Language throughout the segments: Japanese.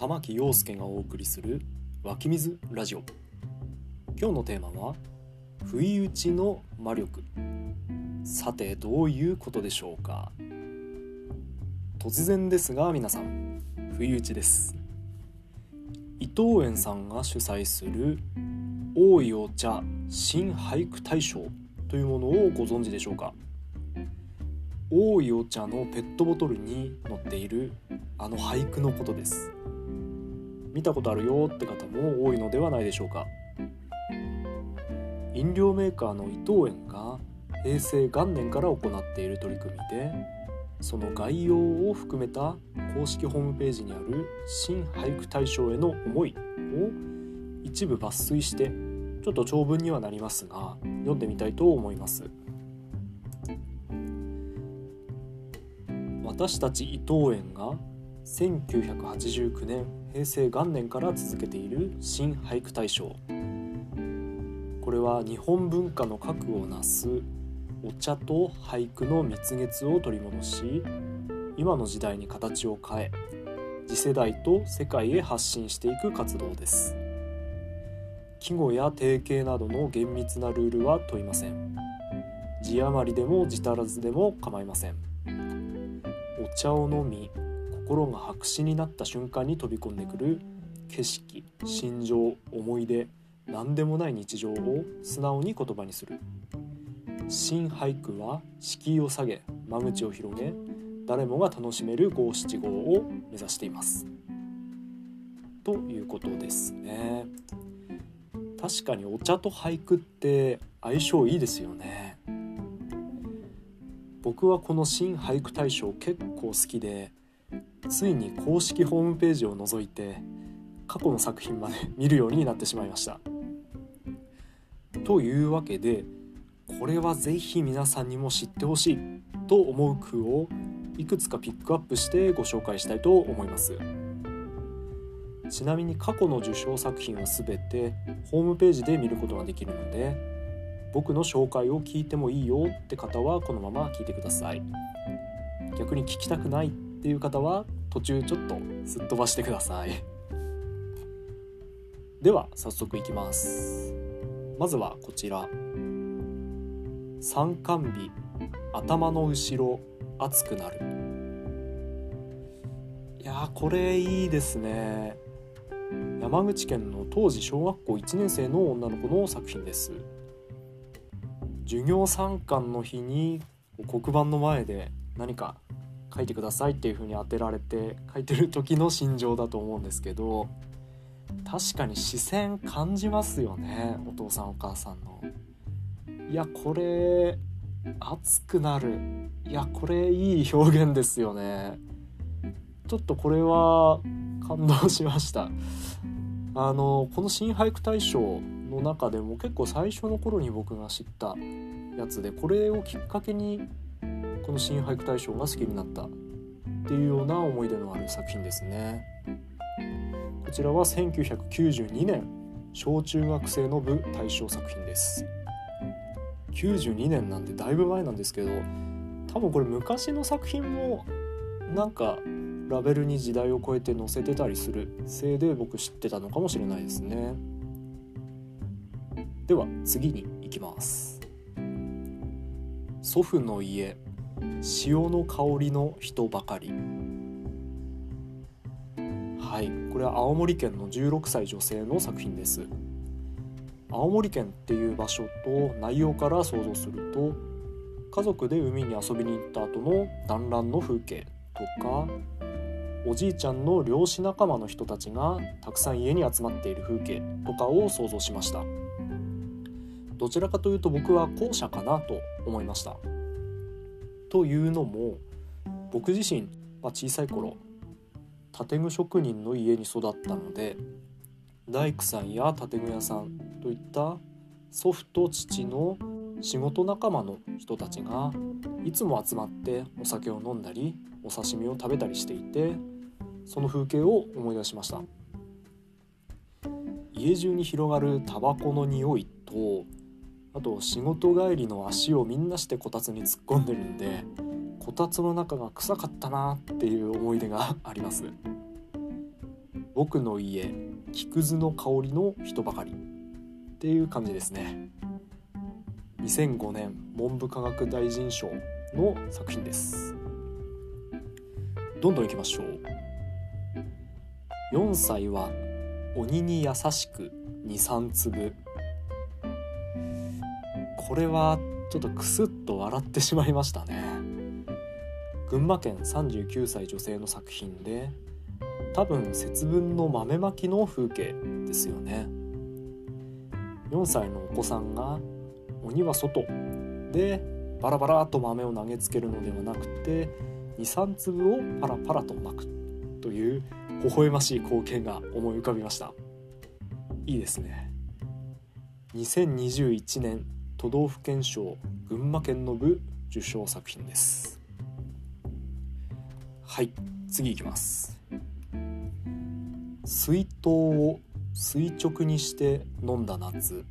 玉木陽介がお送りする湧き水ラジオ。今日のテーマは不意打ちの魔力。さてどういうことでしょうか。突然ですが皆さん、不意打ちです。伊藤園さんが主催する多いお茶新俳句大賞というものをご存知でしょうか。多いお茶のペットボトルに載っているあの俳句のことです。見たことあるよって方も多いのではないでしょうか。飲料メーカーの伊藤園が平成元年から行っている取り組みで、その概要を含めた公式ホームページにある新俳句大賞への思いを一部抜粋して、ちょっと長文にはなりますが読んでみたいと思います。私たち伊藤園が1989年平成元年から続けている新俳句大賞。これは日本文化の核をなすお茶と俳句の蜜月を取り戻し、今の時代に形を変え、次世代と世界へ発信していく活動です。季語や定型などの厳密なルールは問いません。字余りでも字足らずでも構いません。お茶を飲み、心が白紙になった瞬間に飛び込んでくる景色、心情、思い出、何でもない日常を素直に言葉にする。新俳句は敷居を下げ、間口を広げ、誰もが楽しめる五七五を目指しています。ということですね。確かにお茶と俳句って相性いいですよね。僕はこの新俳句大賞結構好きで、ついに公式ホームページを覗いて過去の作品まで見るようになってしまいました。というわけで、これはぜひ皆さんにも知ってほしいと思う句をいくつかピックアップしてご紹介したいと思います。ちなみに過去の受賞作品はすべてホームページで見ることができるので、僕の紹介を聞いてもいいよって方はこのまま聞いてください。逆に聞きたくないっていう方は途中ちょっとすっ飛ばしてください。では早速いきます。まずはこちら。参観日、頭の後ろ熱くなる。いやこれいいですね。山口県の当時小学校1年生の女の子の作品です。授業参観の日に黒板の前で何か書いてくださいっていう風に当てられて書いてる時の心情だと思うんですけど、確かに視線感じますよね、お父さんお母さんの。いやこれ熱くなる。いやこれいい表現ですよね。ちょっとこれは感動しました。この新俳句大賞の中でも結構最初の頃に僕が知ったやつで、これをきっかけにこの新俳句大賞が好きになったっていうような思い出のある作品ですね。こちらは1992年小中学生の部大賞作品です。92年なんでだいぶ前なんですけど、多分これ昔の作品もなんかラベルに時代を超えて載せてたりするせいで僕知ってたのかもしれないですね。では次に行きます。祖父の家、潮の香りの人ばかり。はい、これは青森県の16歳女性の作品です。青森県っていう場所と内容から想像すると、家族で海に遊びに行った後の団らんの風景とか、おじいちゃんの漁師仲間の人たちがたくさん家に集まっている風景とかを想像しました。どちらかというと僕は後者かなと思いました。というのも、僕自身は小さい頃建具職人の家に育ったので、大工さんや建具屋さんといった祖父と父の仕事仲間の人たちがいつも集まってお酒を飲んだりお刺身を食べたりしていて、その風景を思い出しました。家中に広がるタバコの匂いと、あと仕事帰りの足をみんなしてこたつに突っ込んでるんで、こたつの中が臭かったなっていう思い出があります。 僕の家木くずの香りの人ばかりっていう感じですね。2005年文部科学大臣賞の作品です。どんどんいきましょう。4歳は鬼に優しく 2,3 粒。これはちょっとクスッと笑ってしまいましたね。群馬県39歳女性の作品で、多分節分の豆まきの風景ですよね。4歳のお子さんが鬼は外でバラバラと豆を投げつけるのではなくて 2,3 粒をパラパラと巻くという微笑ましい光景が思い浮かびました。いいですね。2021年都道府県賞群馬県の部受賞作品です。はい、次いきます。水筒を垂直にして飲んだ夏。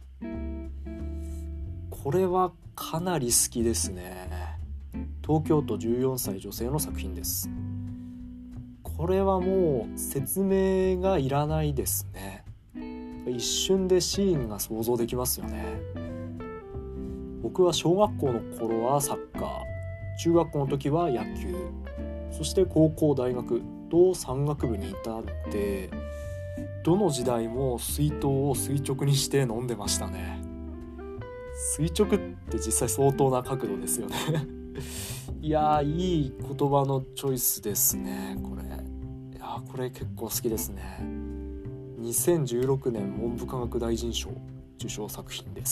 これはかなり好きですね。東京都14歳女性の作品です。これはもう説明がいらないですね。一瞬でシーンが想像できますよね。僕は小学校の頃はサッカー、中学校の時は野球、そして高校大学と山岳部にいたので、どの時代も水筒を垂直にして飲んでましたね。垂直って実際相当な角度ですよねいやー、いい言葉のチョイスですね。これ結構好きですね。2016年文部科学大臣賞受賞作品です。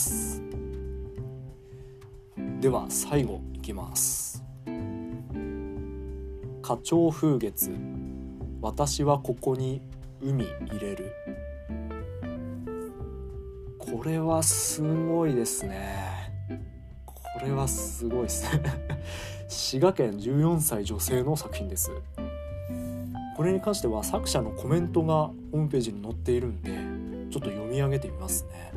では最後いきます。花鳥風月、私はここに海入れる。これはすごいですね。滋賀県14歳女性の作品です。これに関しては作者のコメントがホームページに載っているんで、ちょっと読み上げてみますね。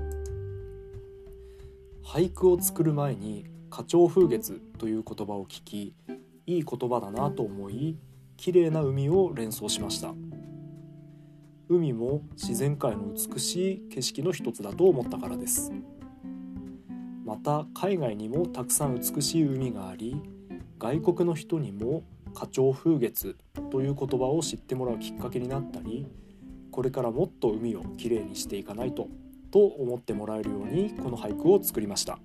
俳句を作る前に花鳥風月という言葉を聞き、いい言葉だなと思い、綺麗な海を連想しました。海も自然界の美しい景色の一つだと思ったからです。また海外にもたくさん美しい海があり、外国の人にも花鳥風月という言葉を知ってもらうきっかけになったり、これからもっと海をきれいにしていかないと思ってもらえるようにこの俳句を作りました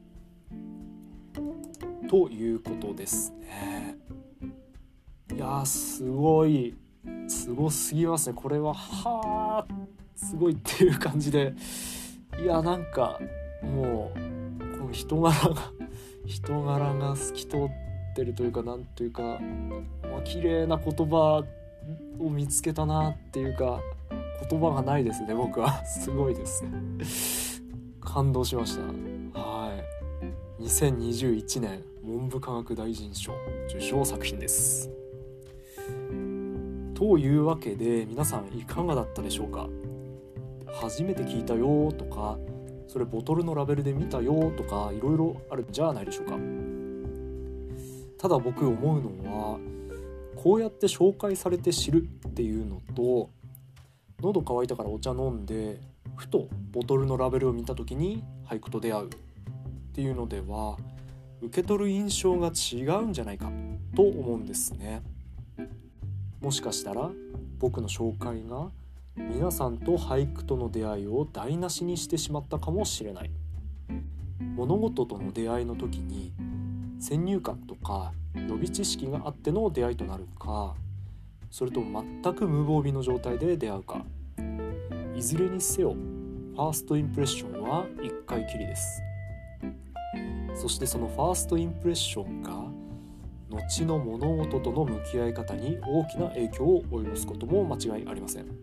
ということですね。いや、すごすぎますね。これはすごいっていう感じで、いや、なんかもうこの人柄が透き通ってるというか、なんというか、綺麗な言葉を見つけたなっていうか、言葉がないですね。僕はすごいですね。感動しました。はい、2021年文部科学大臣賞受賞作品です。というわけで、皆さんいかがだったでしょうか。初めて聞いたよとか、それボトルのラベルで見たよとか、いろいろあるんじゃないでしょうか。ただ僕思うのは、こうやって紹介されて知るっていうのと、喉乾いたからお茶飲んでふとボトルのラベルを見た時に俳句と出会うっていうのでは、受け取る印象が違うんじゃないかと思うんですね。もしかしたら僕の紹介が皆さんと俳句との出会いを台無しにしてしまったかもしれない。物事との出会いの時に先入観とか予備知識があっての出会いとなるか、それと全く無防備の状態で出会うか、いずれにせよファーストインプレッションは一回きりです。そしてそのファーストインプレッションが後の物事との向き合い方に大きな影響を及ぼすことも間違いありません。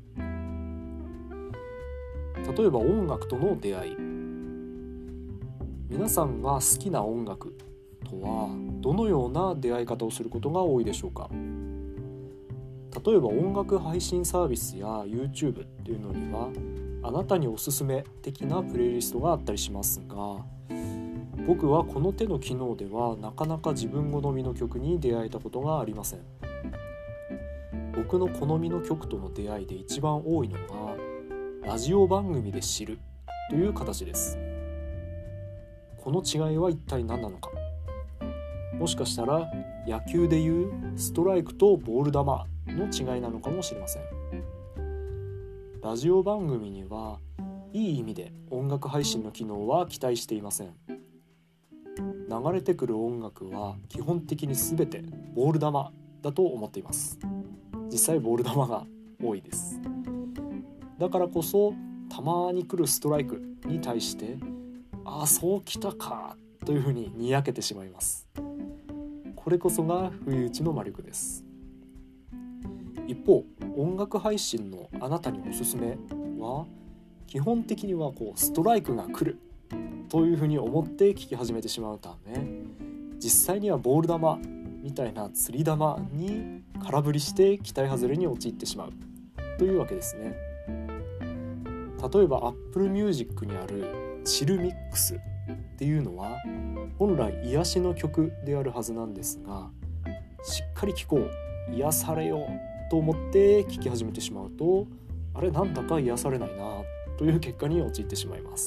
例えば音楽との出会い。皆さんが好きな音楽とはどのような出会い方をすることが多いでしょうか。例えば音楽配信サービスや YouTube っていうのには、あなたにおすすめ的なプレイリストがあったりしますが、僕はこの手の機能ではなかなか自分好みの曲に出会えたことがありません。 僕の好みの曲との出会いで一番多いのがラジオ番組で知るという形です。この違いは一体何なのか。もしかしたら野球でいうストライクとボール球の違いなのかもしれません。ラジオ番組にはいい意味で音楽配信の機能は期待していません。流れてくる音楽は基本的に全てボール球だと思っています。実際ボール球が多いです。だからこそたまに来るストライクに対してああそうきたかというふうににやけてしまいます。これこそが不意打ちの魔力です。一方、音楽配信のあなたにおすすめは基本的にはストライクが来るというふうに思って聴き始めてしまうため、実際にはボール球みたいな釣り玉に空振りして期待外れに陥ってしまうというわけですね。例えば Apple Music にあるチルミックスっていうのは本来癒しの曲であるはずなんですが、しっかり聴こう、癒されようと思って聴き始めてしまうと、あれなんだか癒されないなという結果に陥ってしまいます。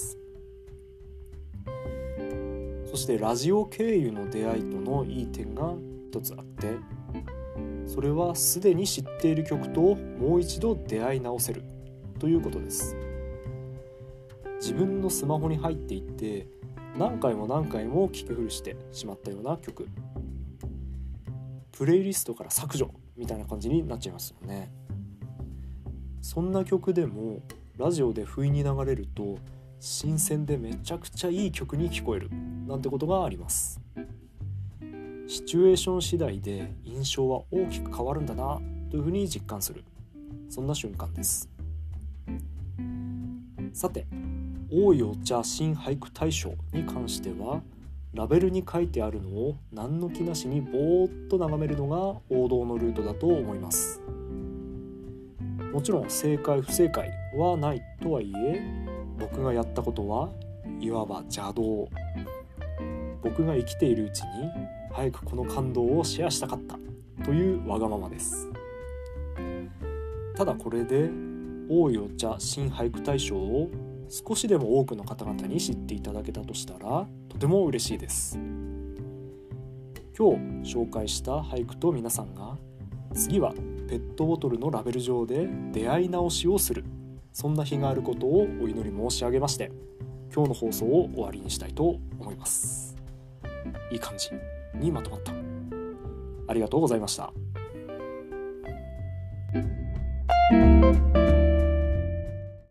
そしてラジオ経由の出会いとのいい点が一つあって、それはすでに知っている曲ともう一度出会い直せるということです。自分のスマホに入っていって何回も何回も聴き古してしまったような曲、プレイリストから削除みたいな感じになっちゃいますよね。そんな曲でもラジオで不意に流れると新鮮でめちゃくちゃいい曲に聞こえるなんてことがあります。シチュエーション次第で印象は大きく変わるんだなというふうに実感する、そんな瞬間です。さて、多いお茶新俳句大賞に関してはラベルに書いてあるのを何の気なしにぼーっと眺めるのが王道のルートだと思います。もちろん正解不正解はないとはいえ、僕がやったことはいわば邪道。僕が生きているうちに早くこの感動をシェアしたかったというわがままです。ただこれで多いお茶新俳句大賞を少しでも多くの方々に知っていただけたとしたらとても嬉しいです。今日紹介した俳句と皆さんが次はペットボトルのラベル上で出会い直しをする、そんな日があることをお祈り申し上げまして、今日の放送を終わりにしたいと思います。いい感じにまとまった。ありがとうございました。